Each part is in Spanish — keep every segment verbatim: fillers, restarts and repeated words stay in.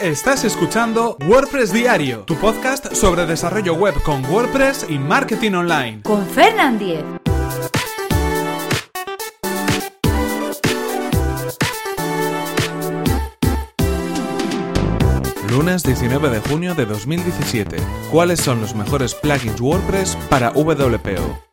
Estás escuchando WordPress Diario, tu podcast sobre desarrollo web con WordPress y marketing online. Con Fernand Diez. Lunes diecinueve de junio de dos mil diecisiete. ¿Cuáles son los mejores plugins WordPress para W P O?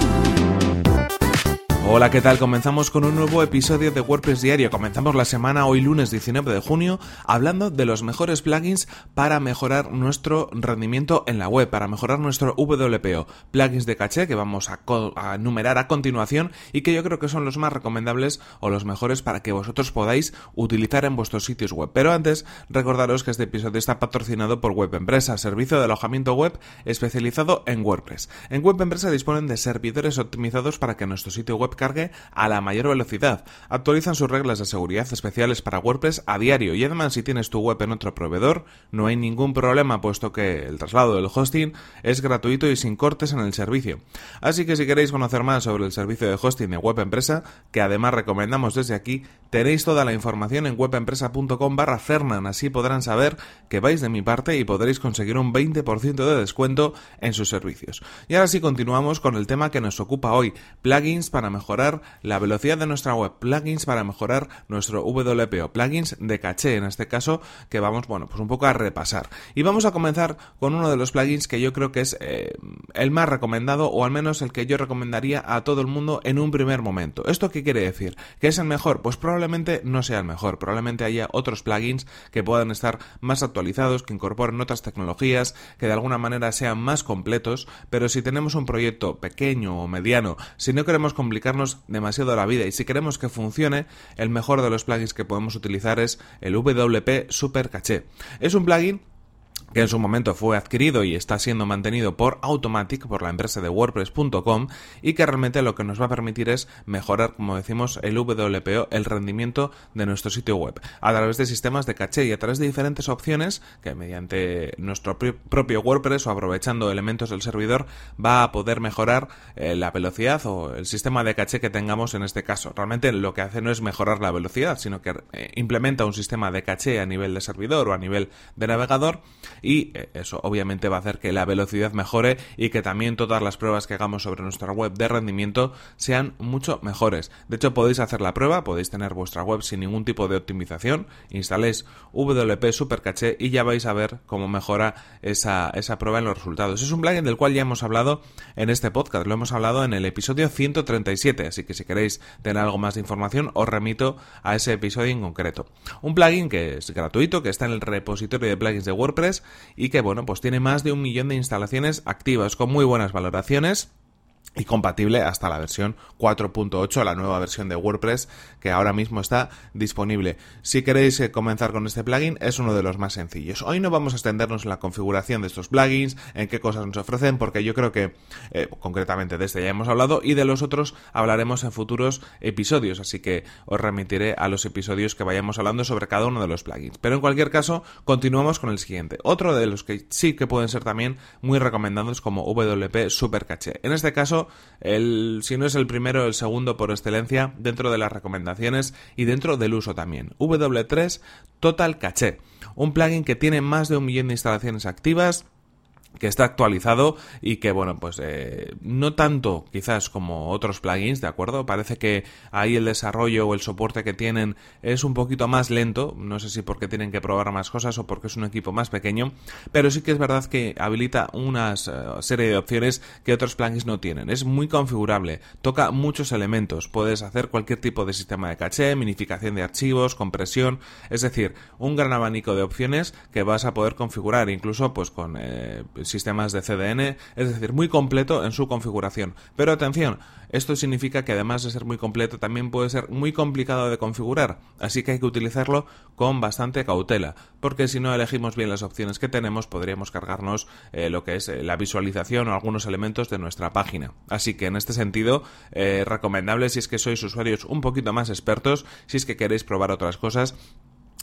Hola, ¿qué tal? Comenzamos con un nuevo episodio de WordPress Diario. Comenzamos la semana hoy lunes diecinueve de junio hablando de los mejores plugins para mejorar nuestro rendimiento en la web, para mejorar nuestro W P O. Plugins de caché que vamos a, co- a enumerar a continuación y que yo creo que son los más recomendables o los mejores para que vosotros podáis utilizar en vuestros sitios web. Pero antes, recordaros que este episodio está patrocinado por Web Empresa, servicio de alojamiento web especializado en WordPress. En Web Empresa disponen de servidores optimizados para que nuestro sitio web cargue a la mayor velocidad. Actualizan sus reglas de seguridad especiales para WordPress a diario y además si tienes tu web en otro proveedor no hay ningún problema puesto que el traslado del hosting es gratuito y sin cortes en el servicio. Así que si queréis conocer más sobre el servicio de hosting de Web Empresa, que además recomendamos desde aquí, tenéis toda la información en webempresa.com barra Fernan, así podrán saber que vais de mi parte y podréis conseguir un veinte por ciento de descuento en sus servicios. Y ahora sí continuamos con el tema que nos ocupa hoy, plugins para mejorar mejorar la velocidad de nuestra web, plugins para mejorar nuestro W P O, plugins de caché en este caso, que vamos, bueno, pues un poco a repasar. Y vamos a comenzar con uno de los plugins que yo creo que es eh, el más recomendado, o al menos el que yo recomendaría a todo el mundo en un primer momento. ¿Esto qué quiere decir? ¿Que es el mejor? Pues probablemente no sea el mejor, probablemente haya otros plugins que puedan estar más actualizados, que incorporen otras tecnologías, que de alguna manera sean más completos, pero si tenemos un proyecto pequeño o mediano, si no queremos complicar demasiado la vida y si queremos que funcione, el mejor de los plugins que podemos utilizar es el W P Super Caché. Es un plugin que en su momento fue adquirido y está siendo mantenido por Automattic, por la empresa de WordPress punto com, y que realmente lo que nos va a permitir es mejorar, como decimos, el W P O, el rendimiento de nuestro sitio web, a través de sistemas de caché y a través de diferentes opciones que mediante nuestro pr- propio WordPress o aprovechando elementos del servidor va a poder mejorar eh, la velocidad o el sistema de caché que tengamos en este caso. Realmente lo que hace no es mejorar la velocidad, sino que eh, implementa un sistema de caché a nivel de servidor o a nivel de navegador, y eso obviamente va a hacer que la velocidad mejore y que también todas las pruebas que hagamos sobre nuestra web de rendimiento sean mucho mejores. De hecho, podéis hacer la prueba, podéis tener vuestra web sin ningún tipo de optimización, instaléis W P Super Caché y ya vais a ver cómo mejora esa, esa prueba en los resultados. Es un plugin del cual ya hemos hablado en este podcast, lo hemos hablado en el episodio ciento treinta y siete, así que si queréis tener algo más de información os remito a ese episodio en concreto. Un plugin que es gratuito, que está en el repositorio de plugins de WordPress y que, bueno, pues tiene más de un millón de instalaciones activas con muy buenas valoraciones y compatible hasta la versión cuatro punto ocho, la nueva versión de WordPress que ahora mismo está disponible. Si queréis eh, comenzar con este plugin, es uno de los más sencillos. Hoy no vamos a extendernos en la configuración de estos plugins, en qué cosas nos ofrecen, porque yo creo que eh, concretamente de este ya hemos hablado y de los otros hablaremos en futuros episodios, así que os remitiré a los episodios que vayamos hablando sobre cada uno de los plugins. Pero en cualquier caso, continuamos con el siguiente. Otro de los que sí que pueden ser también muy recomendados como W P Super Caché. En este caso, El, si no es el primero, el segundo por excelencia dentro de las recomendaciones y dentro del uso también. W tres Total Caché, un plugin que tiene más de un millón de instalaciones activas, que está actualizado y que, bueno, pues eh, no tanto quizás como otros plugins, ¿de acuerdo? Parece que ahí el desarrollo o el soporte que tienen es un poquito más lento, no sé si porque tienen que probar más cosas o porque es un equipo más pequeño, pero sí que es verdad que habilita una uh, serie de opciones que otros plugins no tienen. Es muy configurable, toca muchos elementos, puedes hacer cualquier tipo de sistema de caché, minificación de archivos, compresión, es decir, un gran abanico de opciones que vas a poder configurar, incluso pues con eh, sistemas de C D N, es decir, muy completo en su configuración. Pero atención, esto significa que además de ser muy completo, también puede ser muy complicado de configurar, así que hay que utilizarlo con bastante cautela, porque si no elegimos bien las opciones que tenemos, podríamos cargarnos eh, lo que es eh, la visualización o algunos elementos de nuestra página. Así que en este sentido, eh, recomendable si es que sois usuarios un poquito más expertos, si es que queréis probar otras cosas,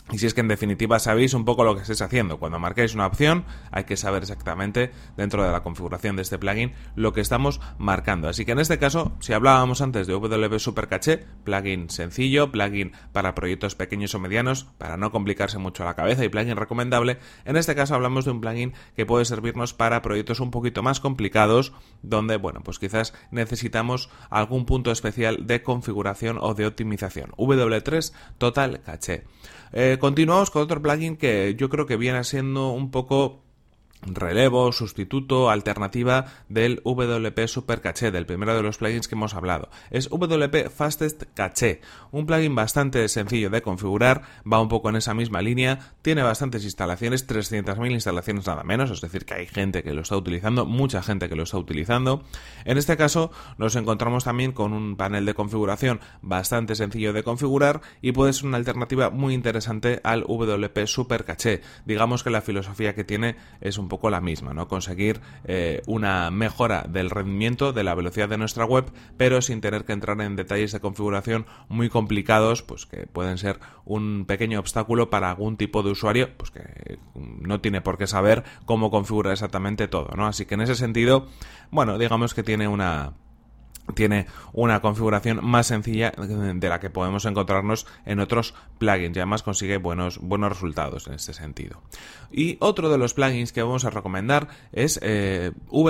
Y si es que en definitiva sabéis un poco lo que estáis haciendo. Cuando marquéis una opción hay que saber exactamente dentro de la configuración de este plugin lo que estamos marcando. Así que en este caso, si hablábamos antes de W P Super Caché, plugin sencillo, plugin para proyectos pequeños o medianos, para no complicarse mucho la cabeza y plugin recomendable, en este caso hablamos de un plugin que puede servirnos para proyectos un poquito más complicados, donde, bueno, pues quizás necesitamos algún punto especial de configuración o de optimización. W tres Total Caché. Eh, continuamos con otro plugin que yo creo que viene siendo un poco relevo, sustituto, alternativa del W P Super Caché, del primero de los plugins que hemos hablado. Es W P Fastest Caché, un plugin bastante sencillo de configurar, va un poco en esa misma línea, tiene bastantes instalaciones, trescientas mil instalaciones nada menos, es decir que hay gente que lo está utilizando, mucha gente que lo está utilizando. En este caso nos encontramos también con un panel de configuración bastante sencillo de configurar y puede ser una alternativa muy interesante al W P Super Caché. Digamos que la filosofía que tiene es un poco la misma, ¿no? Conseguir eh, una mejora del rendimiento, de la velocidad de nuestra web, pero sin tener que entrar en detalles de configuración muy complicados, pues que pueden ser un pequeño obstáculo para algún tipo de usuario, pues que no tiene por qué saber cómo configurar exactamente todo, ¿no? Así que en ese sentido, bueno, digamos que tiene una tiene una configuración más sencilla de la que podemos encontrarnos en otros plugins y además consigue buenos, buenos resultados en este sentido. Y otro de los plugins que vamos a recomendar es eh,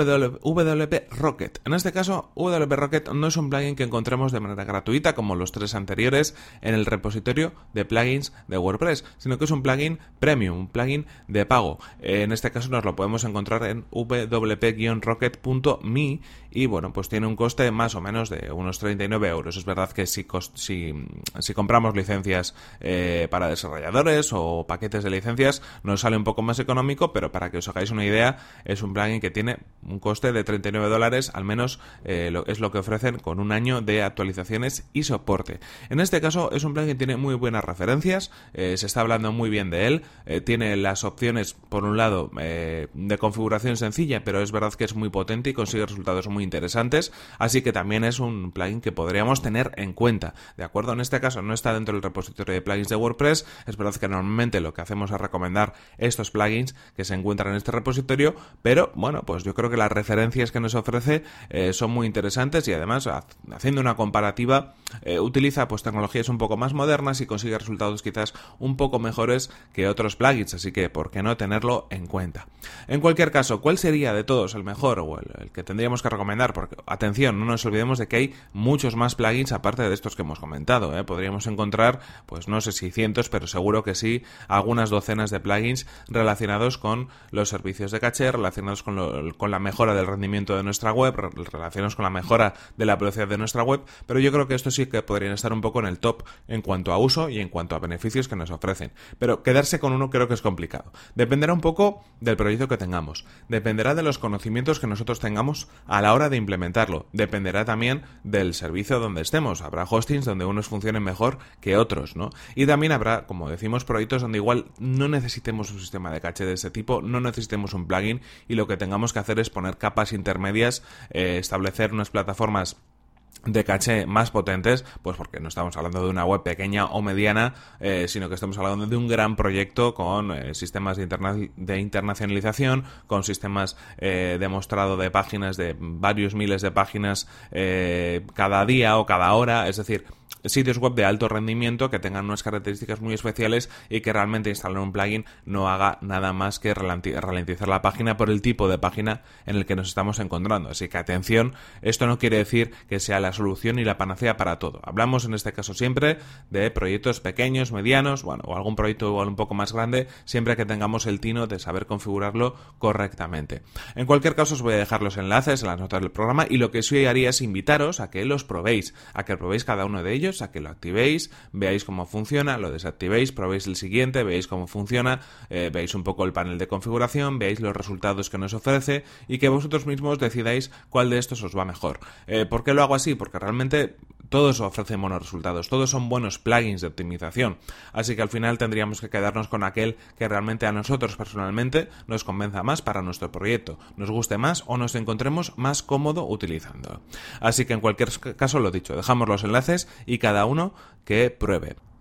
W P Rocket. En este caso, W P Rocket no es un plugin que encontremos de manera gratuita como los tres anteriores en el repositorio de plugins de WordPress, sino que es un plugin premium, un plugin de pago. En este caso nos lo podemos encontrar en w p rocket punto me y bueno, pues tiene un coste más o menos de unos treinta y nueve euros. Es verdad que si, si, si compramos licencias eh, para desarrolladores o paquetes de licencias nos sale un poco más económico, pero para que os hagáis una idea es un plugin que tiene un coste de treinta y nueve dólares, al menos eh, lo, es lo que ofrecen con un año de actualizaciones y soporte. En este caso es un plugin que tiene muy buenas referencias, eh, se está hablando muy bien de él, eh, tiene las opciones por un lado eh, de configuración sencilla, pero es verdad que es muy potente y consigue resultados muy interesantes, así que también es un plugin que podríamos tener en cuenta, ¿de acuerdo? En este caso no está dentro del repositorio de plugins de WordPress, es verdad que normalmente lo que hacemos es recomendar estos plugins que se encuentran en este repositorio, pero bueno, pues yo creo que las referencias que nos ofrece eh, son muy interesantes y además haciendo una comparativa eh, utiliza pues tecnologías un poco más modernas y consigue resultados quizás un poco mejores que otros plugins, así que ¿por qué no tenerlo en cuenta? En cualquier caso, ¿cuál sería de todos el mejor o el, el que tendríamos que recomendar? Porque atención, no nos olvidemos de que hay muchos más plugins aparte de estos que hemos comentado, ¿eh? Podríamos encontrar, pues no sé si cientos, pero seguro que sí, algunas docenas de plugins relacionados con los servicios de caché, relacionados con, lo, con la mejora del rendimiento de nuestra web, relacionados con la mejora de la velocidad de nuestra web, pero yo creo que estos sí que podrían estar un poco en el top en cuanto a uso y en cuanto a beneficios que nos ofrecen. Pero quedarse con uno creo que es complicado. Dependerá un poco del proyecto que tengamos, dependerá de los conocimientos que nosotros tengamos a la hora de implementarlo, dependerá también del servicio donde estemos. Habrá hostings donde unos funcionen mejor que otros, ¿no? Y también habrá, como decimos, proyectos donde igual no necesitemos un sistema de caché de este tipo, no necesitemos un plugin y lo que tengamos que hacer es poner capas intermedias, eh, establecer unas plataformas de caché más potentes, pues porque no estamos hablando de una web pequeña o mediana, eh, sino que estamos hablando de un gran proyecto con eh, sistemas de, interna- de internacionalización, con sistemas eh, de mostrado de páginas, de varios miles de páginas eh, cada día o cada hora, es decir, sitios web de alto rendimiento que tengan unas características muy especiales y que realmente instalar un plugin no haga nada más que ralentizar la página por el tipo de página en el que nos estamos encontrando. Así que atención, esto no quiere decir que sea la solución y la panacea para todo. Hablamos en este caso siempre de proyectos pequeños, medianos, bueno, o algún proyecto igual un poco más grande, siempre que tengamos el tino de saber configurarlo correctamente. En cualquier caso os voy a dejar los enlaces en las notas del programa y lo que sí haría es invitaros a que los probéis, a que probéis cada uno de ellos, a que lo activéis, veáis cómo funciona, lo desactivéis, probéis el siguiente, veáis cómo funciona, eh, veáis un poco el panel de configuración, veáis los resultados que nos ofrece y que vosotros mismos decidáis cuál de estos os va mejor. Eh, ¿Por qué lo hago así? Porque realmente todos ofrecen buenos resultados, todos son buenos plugins de optimización, así que al final tendríamos que quedarnos con aquel que realmente a nosotros personalmente nos convenza más para nuestro proyecto, nos guste más o nos encontremos más cómodo utilizando. Así que en cualquier caso, lo dicho, dejamos los enlaces y cada uno que pruebe.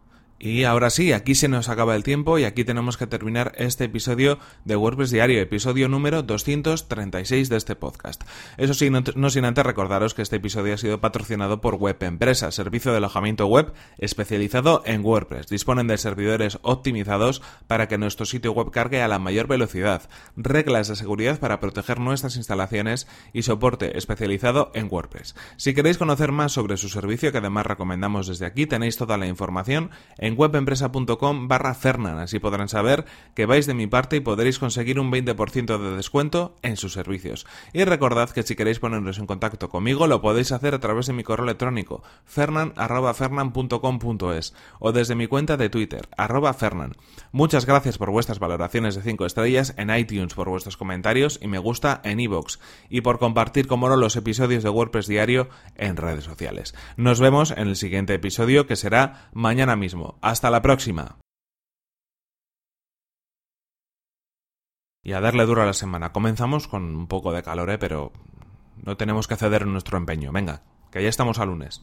Y ahora sí, aquí se nos acaba el tiempo y aquí tenemos que terminar este episodio de WordPress Diario, episodio número doscientos treinta y seis de este podcast. Eso sí, no, no sin antes recordaros que este episodio ha sido patrocinado por Web Empresa, servicio de alojamiento web especializado en WordPress. Disponen de servidores optimizados para que nuestro sitio web cargue a la mayor velocidad, reglas de seguridad para proteger nuestras instalaciones y soporte especializado en WordPress. Si queréis conocer más sobre su servicio, que además recomendamos desde aquí, tenéis toda la información en webempresa.com barra Fernan, así podrán saber que vais de mi parte y podréis conseguir un veinte por ciento de descuento en sus servicios. Y recordad que si queréis poneros en contacto conmigo lo podéis hacer a través de mi correo electrónico fernan arroba fernan punto com punto es o desde mi cuenta de Twitter arroba fernan. Muchas gracias por vuestras valoraciones de cinco estrellas en iTunes, por vuestros comentarios y me gusta en iVoox y por compartir como no los episodios de WordPress Diario en redes sociales. Nos vemos en el siguiente episodio, que será mañana mismo. ¡Hasta la próxima! Y a darle duro a la semana. Comenzamos con un poco de calor, ¿eh? Pero no tenemos que ceder en nuestro empeño. Venga, que ya estamos a lunes.